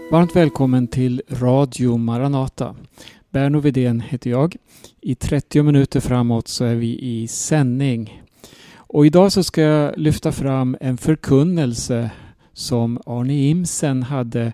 Varmt välkommen till Radio Maranata. Berno Widén heter jag. I 30 minuter framåt så är vi i sändning. Och idag så ska jag lyfta fram en förkunnelse som Arne Imsen hade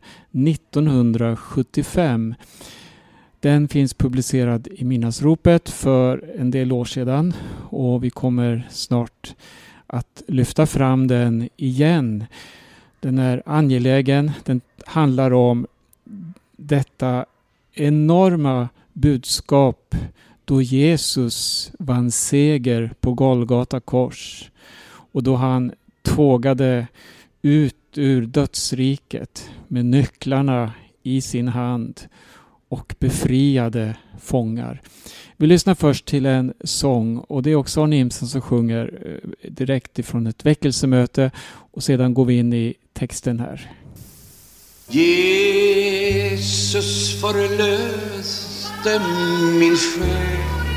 1975. Den finns publicerad i Minnasropet för en del år sedan och vi kommer snart att lyfta fram den igen. Den är angelägen, den handlar om detta enorma budskap då Jesus vann seger på Golgata kors och då han tågade ut ur dödsriket med nycklarna i sin hand och befriade fångar. Vi lyssnar först till en sång och det är också Arne Imsen som sjunger direkt ifrån ett väckelsemöte och sedan går vi in i texten här. Jesus förlöste min själ.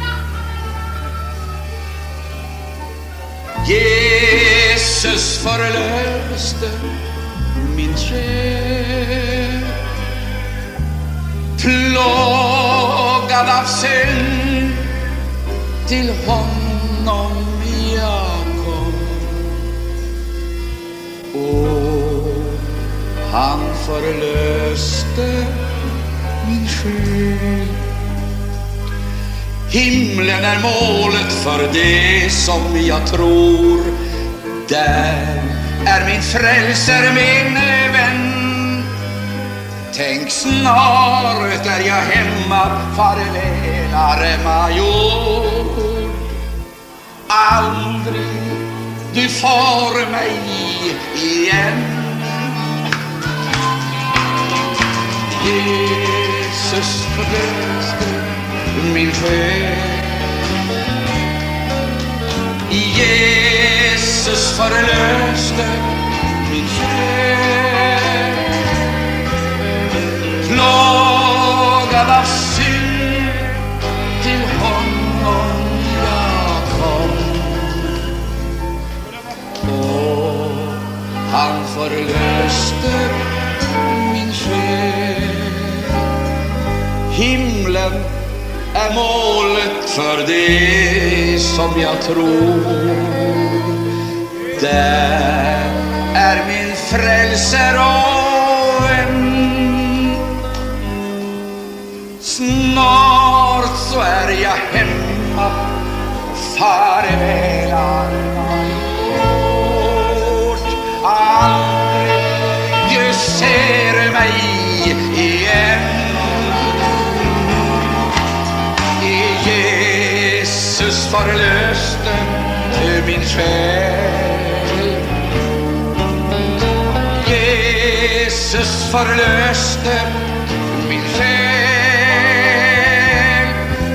Jesus förlöste min själ. Plågad av synd till honom jag kom. Han förlöste min själ. Himlen är målet för det som jag tror. Där är min frälsare, min vän. Tänk snart är jag hemma, farväl arma jord. Aldrig du får mig igen. Jesus förlöste min själ. Jesus förlöste min själ. Plågad av synd till honom jag kom. Och han förlöste min själ. Himlen är målet för det som jag tror. Där är min frälsare och vän. Snart så är jag hemma, farväl arma jord. Aldrig du ser mig igen. Jesus förlöste min själ. Jesus förlöste min själ.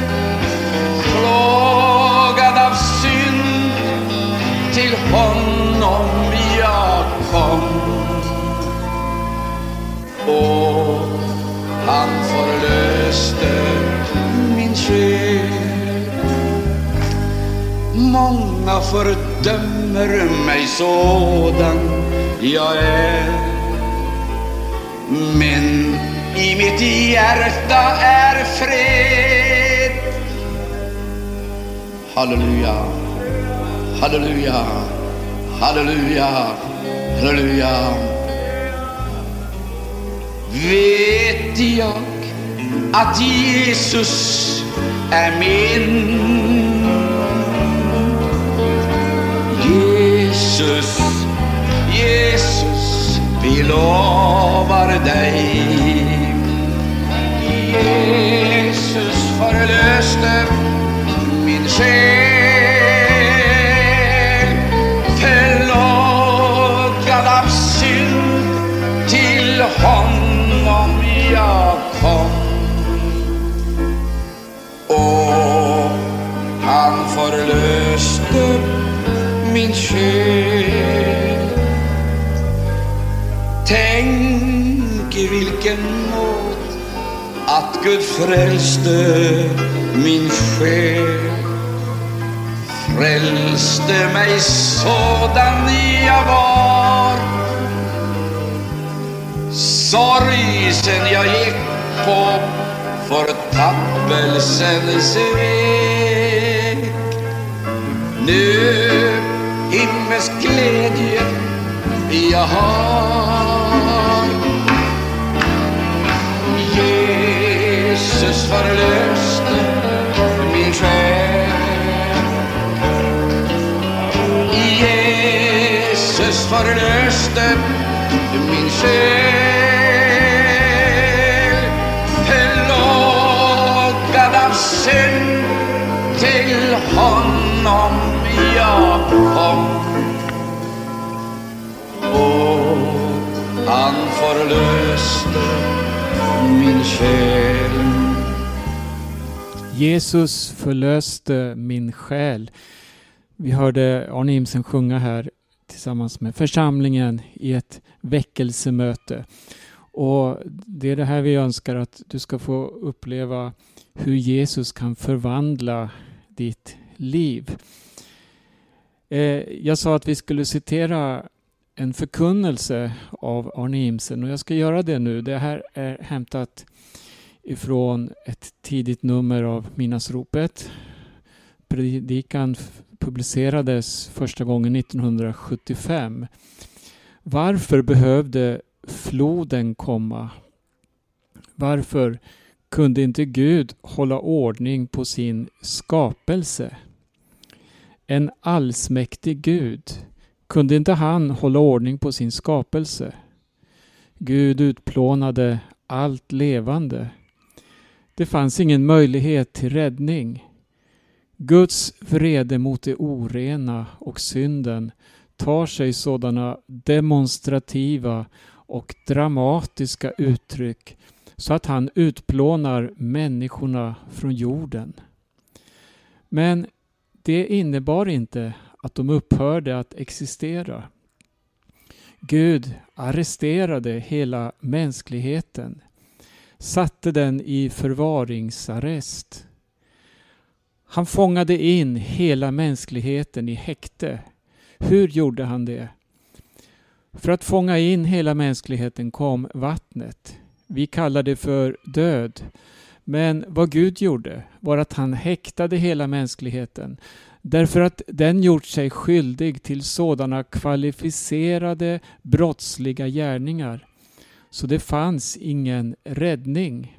Plågad av synd till honom jag kom. Och han förlöste min själ. Många fördömer mig sådan jag är, men i mitt hjärta är fred. Halleluja, halleluja, halleluja, halleluja. Vet jag att Jesus är min. Jesus, Jesus, vi lovar dig. Jesus förlöste min själ. Förlågad av synd till honom jag kom. Och han förlöste min själ. Tänk i vilken nåd att Gud frälste min själ. Frälste mig sådan jag var. sorg sen jag gick på förtappelsens väg. Nu himmelsk glädje jag har. Jesus förlöste min själ. Jesus förlöste min själ. Förlågad av synd till honom jag kom. Och han förlöste min själ. Jesus förlöste min själ. Vi hörde Arne Imsen sjunga här tillsammans med församlingen i ett väckelsemöte. Och det är det här vi önskar, att du ska få uppleva hur Jesus kan förvandla ditt liv. Jag sa att vi skulle citera en förkunnelse av Arne Imsen och jag ska göra det nu. Det här är hämtat ifrån ett tidigt nummer av Midnattsropet. Predikan publicerades första gången 1975. Varför behövde floden komma? Varför kunde inte Gud hålla ordning på sin skapelse? En allsmäktig Gud, kunde inte han hålla ordning på sin skapelse? Gud utplånade allt levande. Det fanns ingen möjlighet till räddning. Guds vrede mot det orena och synden tar sig sådana demonstrativa och dramatiska uttryck så att han utplånar människorna från jorden. Men det innebar inte att de upphörde att existera. Gud arresterade hela mänskligheten, satte den i förvaringsarrest. Han fångade in hela mänskligheten i häkte. Hur gjorde han det? För att fånga in hela mänskligheten kom vattnet. Vi kallar det för död. Men vad Gud gjorde var att han häktade hela mänskligheten. Därför att den gjort sig skyldig till sådana kvalificerade brottsliga gärningar. Så det fanns ingen räddning.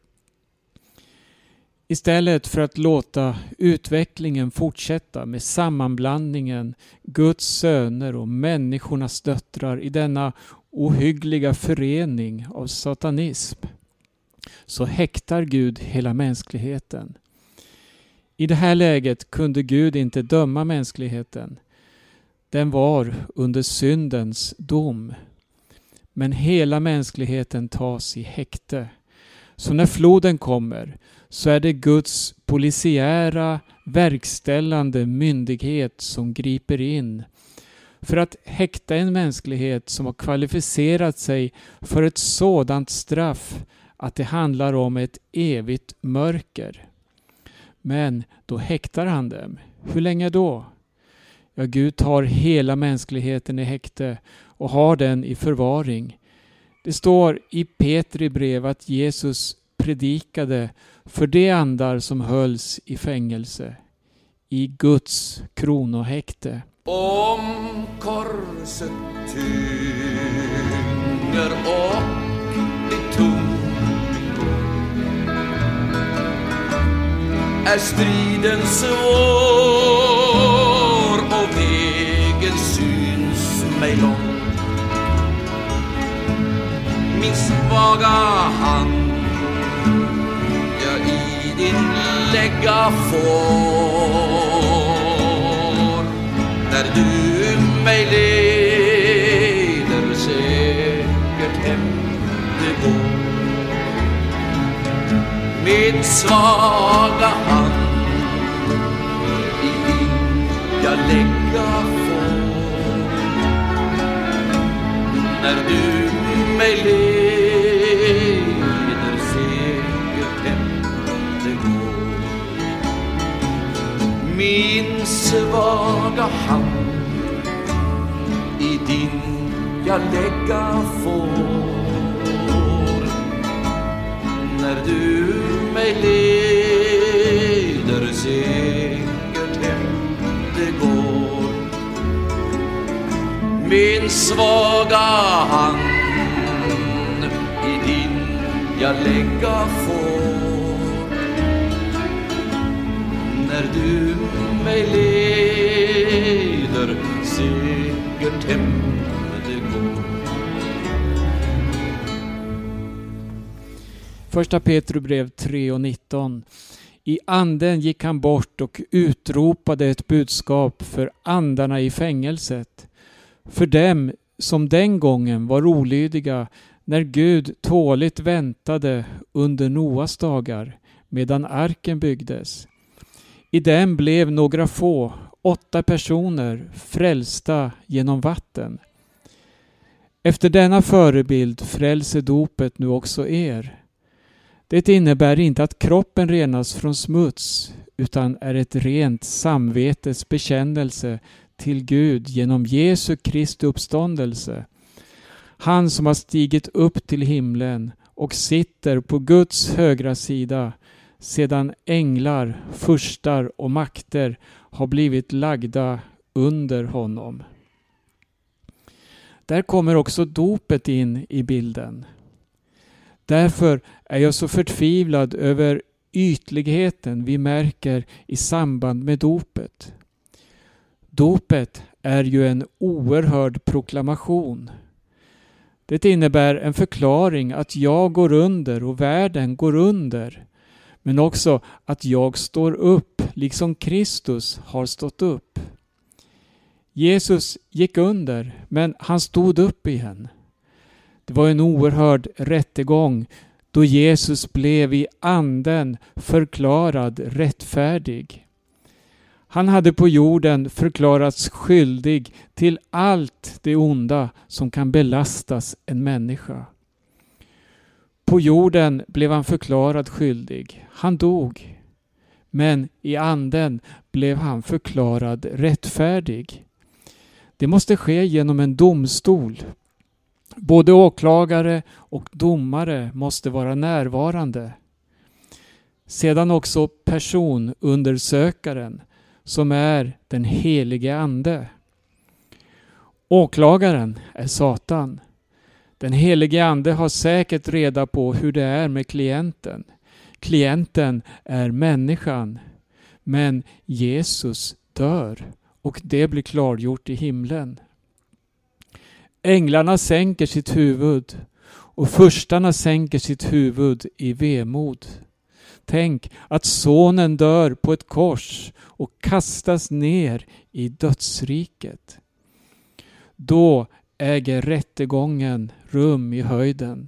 Istället för att låta utvecklingen fortsätta med sammanblandningen Guds söner och människornas döttrar i denna ohyggliga förening av satanism, så häktar Gud hela mänskligheten. I det här läget kunde Gud inte döma mänskligheten. Den var under syndens dom. Men hela mänskligheten tas i häkte. Så när floden kommer så är det Guds polisiära verkställande myndighet som griper in för att häkta en mänsklighet som har kvalificerat sig för ett sådant straff att det handlar om ett evigt mörker. Men då häktar han dem. Hur länge då? Ja, Gud tar hela mänskligheten i häkte och har den i förvaring. Det står i Petri brev att Jesus predikade för de andar som hölls i fängelse, i Guds kronohäkte. Om korset tynger och blir tung, är striden svår och vägen syns mig lång. Min svaga hand jag i din lägga får, när du mig leder säkert hem det går. Min svaga hand i din jag lägga får, när du mig leder säkert hem det går. Min svaga hand i din jag lägga får, när du mig leder säkert hem det går. Min svaga hand i din jag lägga får. När du mig leder säkert hem det går. Första Petrusbrev 3:19. I anden gick han bort och utropade ett budskap för andarna i fängelset, för dem som den gången var olydiga, när Gud tåligt väntade under Noas dagar, medan arken byggdes. I dem blev några få, 8 personer, frälsta genom vatten. Efter denna förebild frälser dopet nu också er. Det innebär inte att kroppen renas från smuts, utan är ett rent samvetes bekännelse till Gud genom Jesu Kristi uppståndelse. Han som har stigit upp till himlen och sitter på Guds högra sida, sedan änglar, furstar och makter har blivit lagda under honom. Där kommer också dopet in i bilden. Därför är jag så förtvivlad över ytligheten vi märker i samband med dopet. Dopet är ju en oerhörd proklamation. Det innebär en förklaring att jag går under och världen går under. Men också att jag står upp liksom Kristus har stått upp. Jesus gick under, men han stod upp igen. Det var en oerhörd rättegång då Jesus blev i anden förklarad rättfärdig. Han hade på jorden förklarats skyldig till allt det onda som kan belastas en människa. På jorden blev han förklarad skyldig. Han dog. Men i anden blev han förklarad rättfärdig. Det måste ske genom en domstol. Både åklagare och domare måste vara närvarande. Sedan också personundersökaren, som är den helige ande. Åklagaren är Satan. Den helige ande har säkert reda på hur det är med klienten. Klienten är människan. Men Jesus dör och det blir klargjort i himlen. Änglarna sänker sitt huvud och furstarna sänker sitt huvud i vemod. Tänk att sonen dör på ett kors och kastas ner i dödsriket. Då äger rättegången rum i höjden.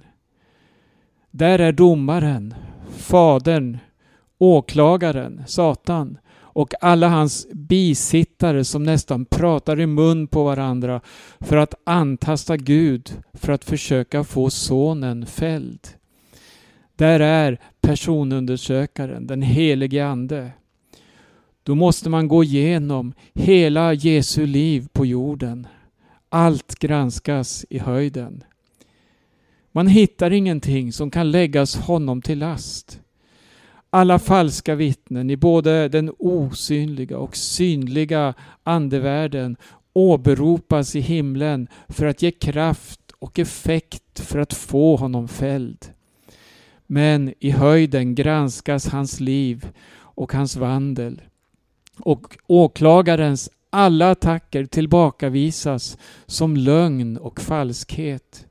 Där är domaren, fadern, åklagaren, Satan och alla hans bisittare som nästan pratar i mun på varandra för att antasta Gud för att försöka få sonen fälld. Där är personundersökaren, den helige ande. Då måste man gå igenom hela Jesu liv på jorden. Allt granskas i höjden. Man hittar ingenting som kan läggas honom till last. Alla falska vittnen i både den osynliga och synliga andevärlden åberopas i himlen för att ge kraft och effekt för att få honom fälld. Men i höjden granskas hans liv och hans vandel. Och åklagarens alla attacker tillbakavisas som lögn och falskhet.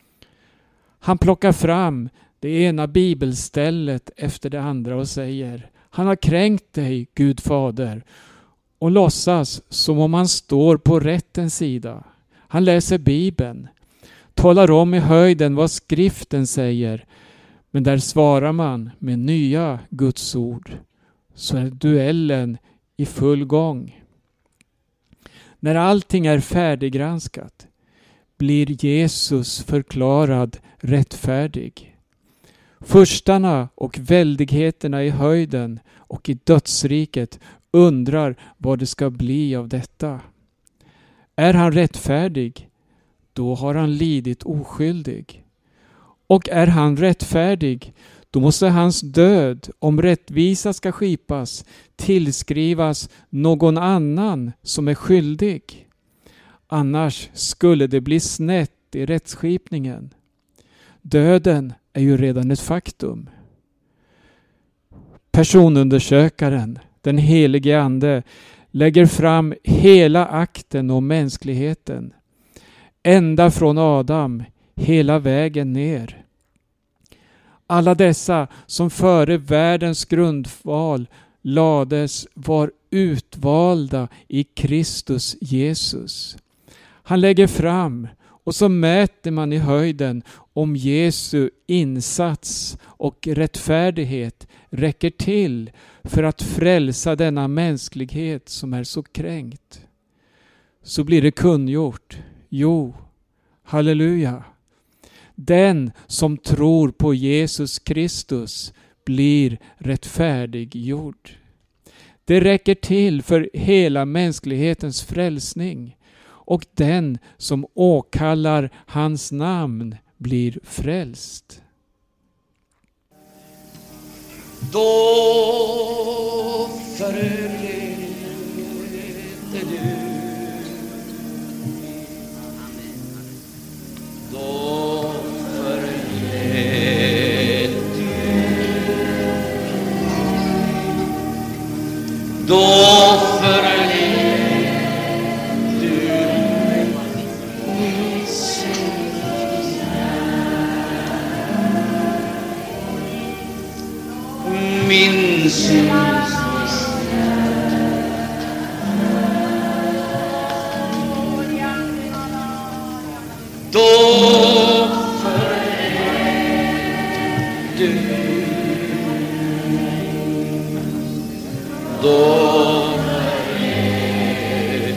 Han plockar fram det ena bibelstället efter det andra och säger: han har kränkt dig, Gud fader, och låtsas som om han står på rättens sida. Han läser Bibeln, talar om i höjden vad skriften säger, men där svarar man med nya Guds ord. Så är duellen i full gång. När allting är färdiggranskat blir Jesus förklarad rättfärdig. Furstarna och väldigheterna i höjden och i dödsriket undrar vad det ska bli av detta. Är han rättfärdig, då har han lidit oskyldig. Och är han rättfärdig, Då måste hans död, om rättvisa ska skipas, tillskrivas någon annan som är skyldig. Annars skulle det bli snett i rättsskipningen. Döden är ju redan ett faktum. Personundersökaren, den helige ande, lägger fram hela akten om mänskligheten. Ända från Adam, hela vägen ner. Alla dessa som före världens grundval lades var utvalda i Kristus Jesus. Han lägger fram och så mäter man i höjden om Jesu insats och rättfärdighet räcker till för att frälsa denna mänsklighet som är så kränkt. Så blir det kungjort. Jo, halleluja. Den som tror på Jesus Kristus blir rättfärdiggjord. Det räcker till för hela mänsklighetens frälsning. Och den som åkallar hans namn blir frälst. Då förleder du. Då förleder du. Då min synd. Då förlät du. Då förlät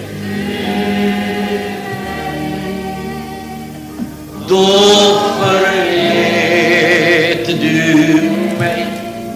du. Då förlät du mig.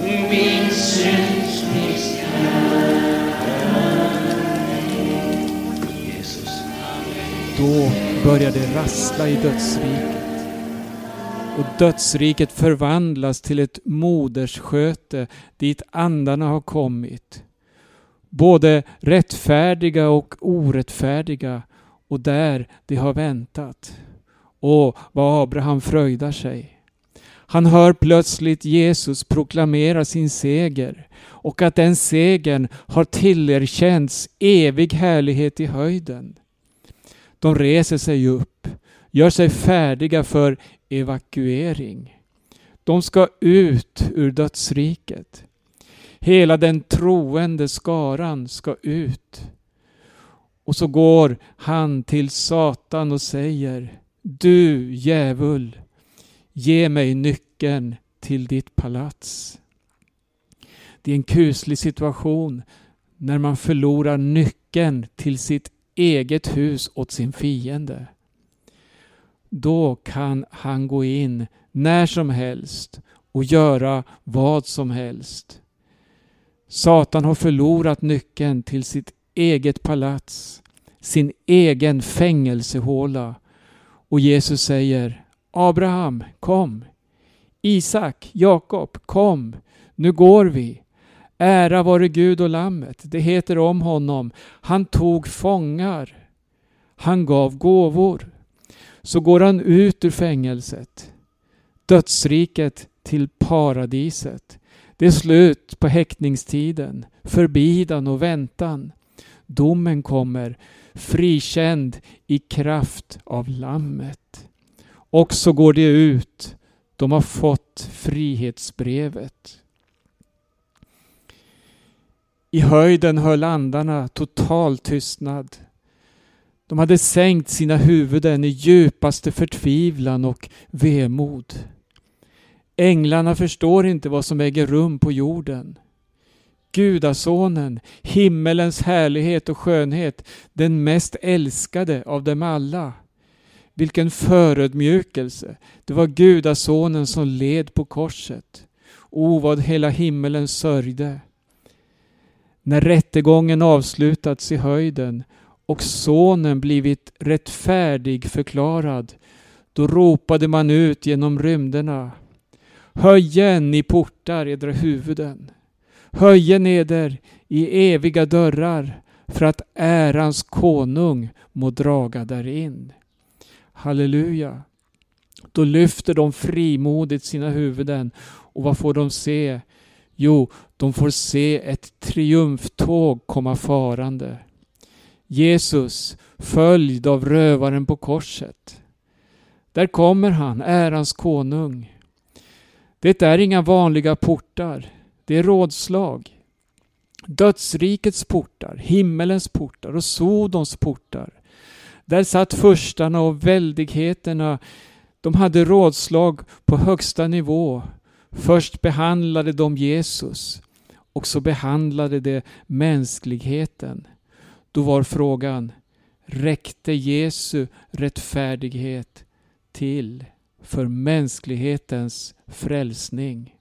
Då började det rassla i dödsriket. Och dödsriket förvandlas till ett moderssköte dit andarna har kommit. Både rättfärdiga och orättfärdiga, och där de har väntat. Och vad Abraham fröjdar sig. Han hör plötsligt Jesus proklamera sin seger och att den segern har tillerkänts evig härlighet i höjden. De reser sig upp, gör sig färdiga för evakuering. De ska ut ur dödsriket. Hela den troende skaran ska ut. Och så går han till Satan och säger: Du djävul, ge mig nyckeln till ditt palats. Det är en kuslig situation när man förlorar nyckeln till sitt eget hus åt sin fiende. Då kan han gå in när som helst och göra vad som helst. Satan har förlorat nyckeln till sitt eget palats, sin egen fängelsehåla. Och Jesus säger: Abraham, kom. Isak, Jakob, kom. Nu går vi. Ära vare Gud och lammet. Det heter om honom. Han tog fångar. Han gav gåvor. Så går han ut ur fängelset. Dödsriket till paradiset. Det är slut på häktningstiden, förbidan och väntan. Domen kommer, frikänd i kraft av lammet. Och så går det ut. De har fått frihetsbrevet. I höjden höll andarna total tystnad. De hade sänkt sina huvuden i djupaste förtvivlan och vemod. Änglarna förstår inte vad som äger rum på jorden. Gudasonen, himmelens härlighet och skönhet, den mest älskade av dem alla. Vilken förödmjukelse. Det var Gudasonen som led på korset. O, vad hela himmelen sörjde. När rättegången avslutats i höjden och sonen blivit rättfärdig förklarad, då ropade man ut genom rymderna: Höjen i portar edra huvuden. Höjen eder i eviga dörrar, för att ärans konung må draga därin. Halleluja. Då lyfter de frimodigt sina huvuden, och vad får de se? Jo, de får se ett triumftåg komma farande. Jesus följd av rövaren på korset. Där kommer han, ärans konung. Det är inga vanliga portar, det är rådslag. Dödsrikets portar, himmelens portar och Sodons portar. Där satt förstarna och väldigheterna. De hade rådslag på högsta nivå. Först behandlade de Jesus, och så behandlade de mänskligheten. Då var frågan, räckte Jesu rättfärdighet till för mänsklighetens frälsning?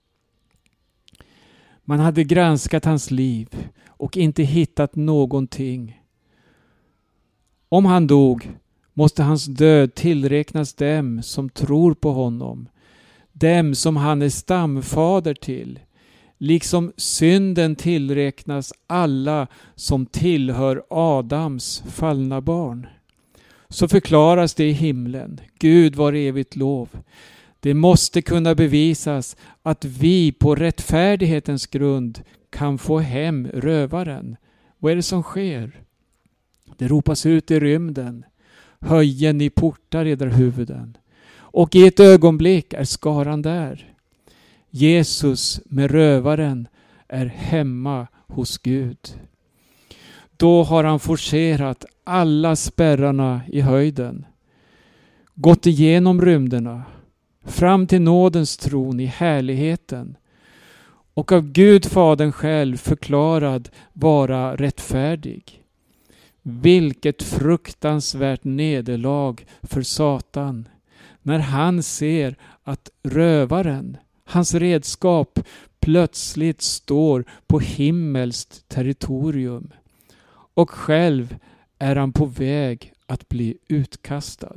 Man hade granskat hans liv och inte hittat någonting. Om han dog måste hans död tillräknas dem som tror på honom, dem som han är stamfader till, liksom synden tillräknas alla som tillhör Adams fallna barn. Så förklaras det i himlen, Gud var evigt lov. Det måste kunna bevisas att vi på rättfärdighetens grund kan få hem rövaren. Vad är det som sker? Det ropas ut i rymden. Höjen i portar edra huvuden. Och i ett ögonblick är skaran där. Jesus med rövaren är hemma hos Gud. Då har han forcerat alla spärrarna i höjden. Gått igenom rymderna. Fram till nådens tron i härligheten. Och av Gud Fadern själv förklarad vara rättfärdig. Vilket fruktansvärt nederlag för Satan. När han ser att rövaren, hans redskap, plötsligt står på himmelskt territorium. Och själv är han på väg att bli utkastad.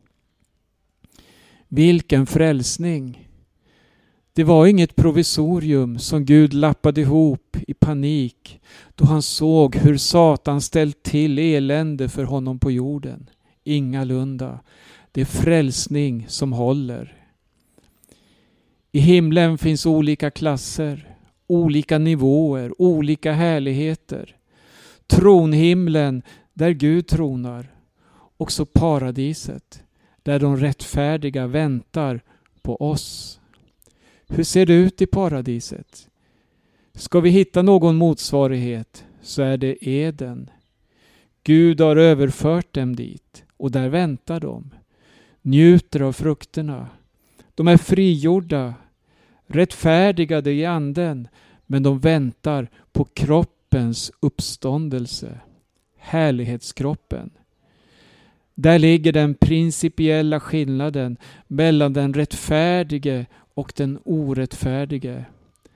Vilken frälsning! Det var inget provisorium som Gud lappade ihop i panik då han såg hur Satan ställt till elände för honom på jorden. Ingalunda. Det är frälsning som håller. I himlen finns olika klasser, olika nivåer, olika härligheter. Tronhimlen där Gud tronar. Också paradiset där de rättfärdiga väntar på oss. Hur ser det ut i paradiset? Ska vi hitta någon motsvarighet så är det Eden. Gud har överfört dem dit och där väntar de. Njuter av frukterna. De är frigjorda, rättfärdigade i anden, men de väntar på kroppens uppståndelse. Härlighetskroppen. Där ligger den principiella skillnaden mellan den rättfärdige och den orättfärdige.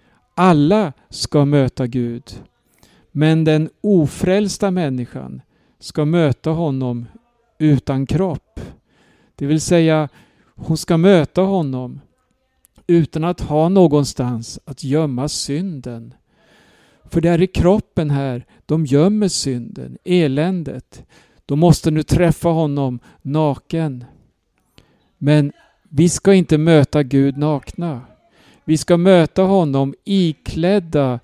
Alla ska möta Gud, men den ofrälsta människan ska möta honom utan kropp. Det vill säga, hon ska möta honom utan att ha någonstans att gömma synden. För det är i kroppen här de gömmer synden, eländet. De måste nu träffa honom naken. Men vi ska inte möta Gud nakna. Vi ska möta honom iklädda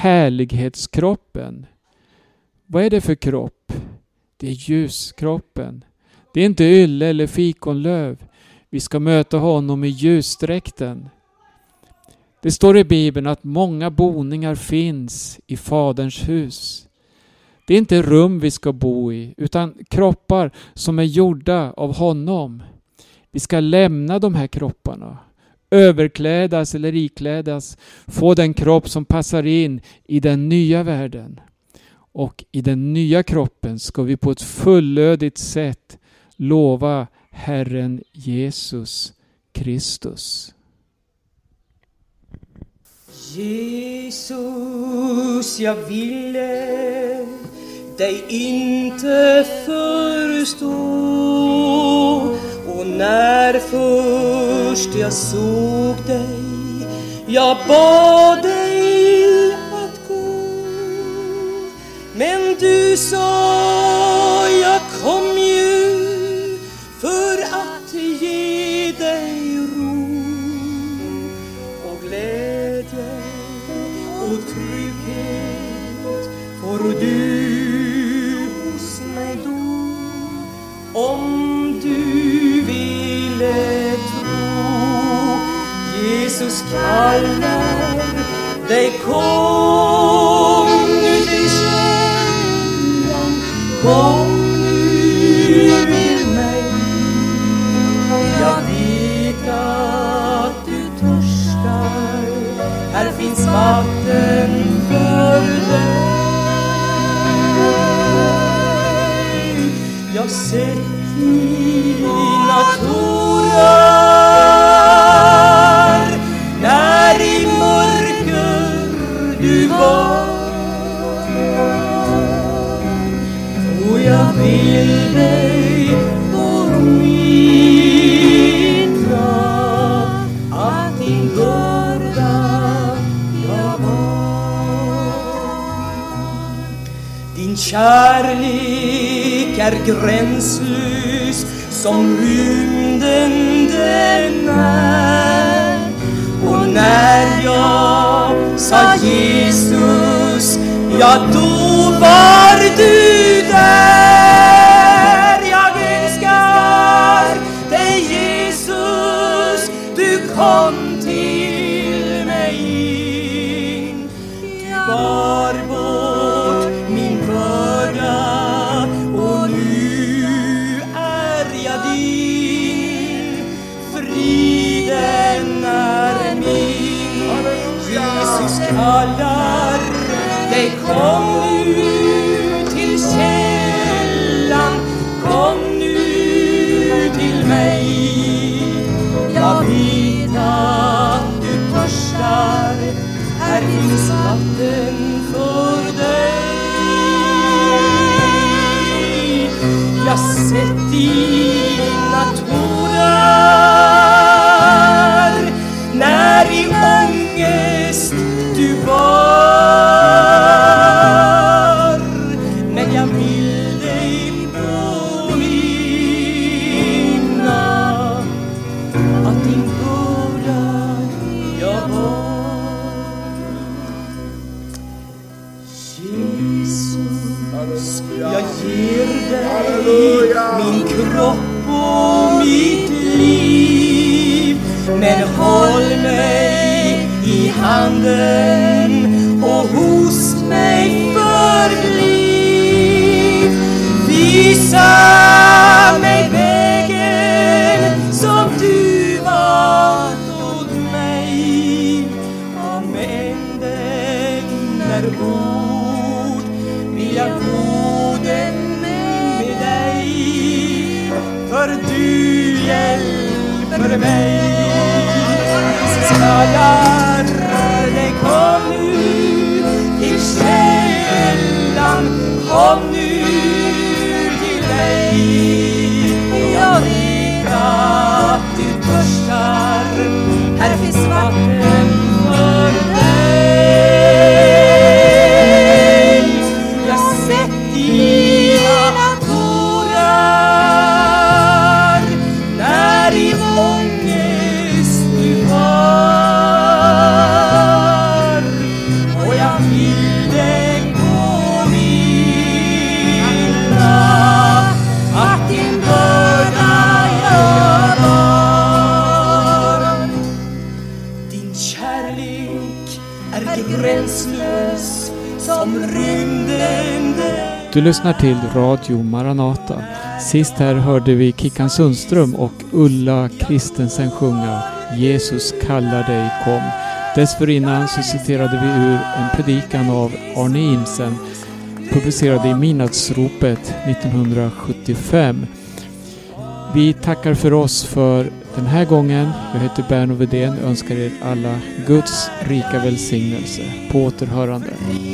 härlighetskroppen. Vad är det för kropp? Det är ljuskroppen. Det är inte ylle eller fikonlöv. Vi ska möta honom i ljusdräkten. Det står i Bibeln att många boningar finns i Faderns hus. Det är inte rum vi ska bo i, utan kroppar som är gjorda av honom. Vi ska lämna de här kropparna, överklädas eller iklädas, få den kropp som passar in i den nya världen. Och i den nya kroppen ska vi på ett fullödigt sätt lova Herren Jesus Kristus. Jesus, jag ville dig inte förstå, och när först jag såg dig Jag bad dig att gå, men du sa jag kom ju för att ge dig ro och glädje och trygghet får du hos mig då, om du ville tro. Jesus kallar dig, kom nu till källan, kom nu till mig. Jag vet att du törstar, här finns vatten för dig. Jag sett dina tårar när i mörker du var, och jag vill dig påminna att din börda jag var. Din kärlek är gränslös som rymden den är, och när jag sa Jesus, ja då var du där. Jag älskar dig Jesus, du kom till mig in. Du bar bort min börda och nu är jag din. Friden är min. Jesus kallar dig, kom nu till källan, kom nu till mig. Jag vet att du törstar, här finns vatten för dig. Jag sett dina tårar när i ångest du var, men jag vill dig påminna att din börda jag var. Jesus, jag ger dig min kropp och mitt liv, men håll mig i handen och hos mig förbliv. Visa mig vägen som du valt åt mig, om änden är hård vill jag gå den med dig, för du hjälper mig. Kallar dig, kom nu till källan, kom nu till dig. Jag vet att du törstar, här finns vatten för dig. Jag sett dina tårar när i ångest du var, och jag vill dig påminna att din börda jag var. Din kärlek är gränslös som rymden. Du lyssnar till Radio Maranata. Sist här hörde vi Kickan Sundström och Ulla Kristensen sjunga Jesus kallar dig, kom. Dessförinnan så citerade vi ur en predikan av Arne Imsen, publicerad i Midnattsropet 1975. Vi tackar för oss för den här gången. Jag heter Berno Vedén och önskar er alla Guds rika välsignelse. På återhörande.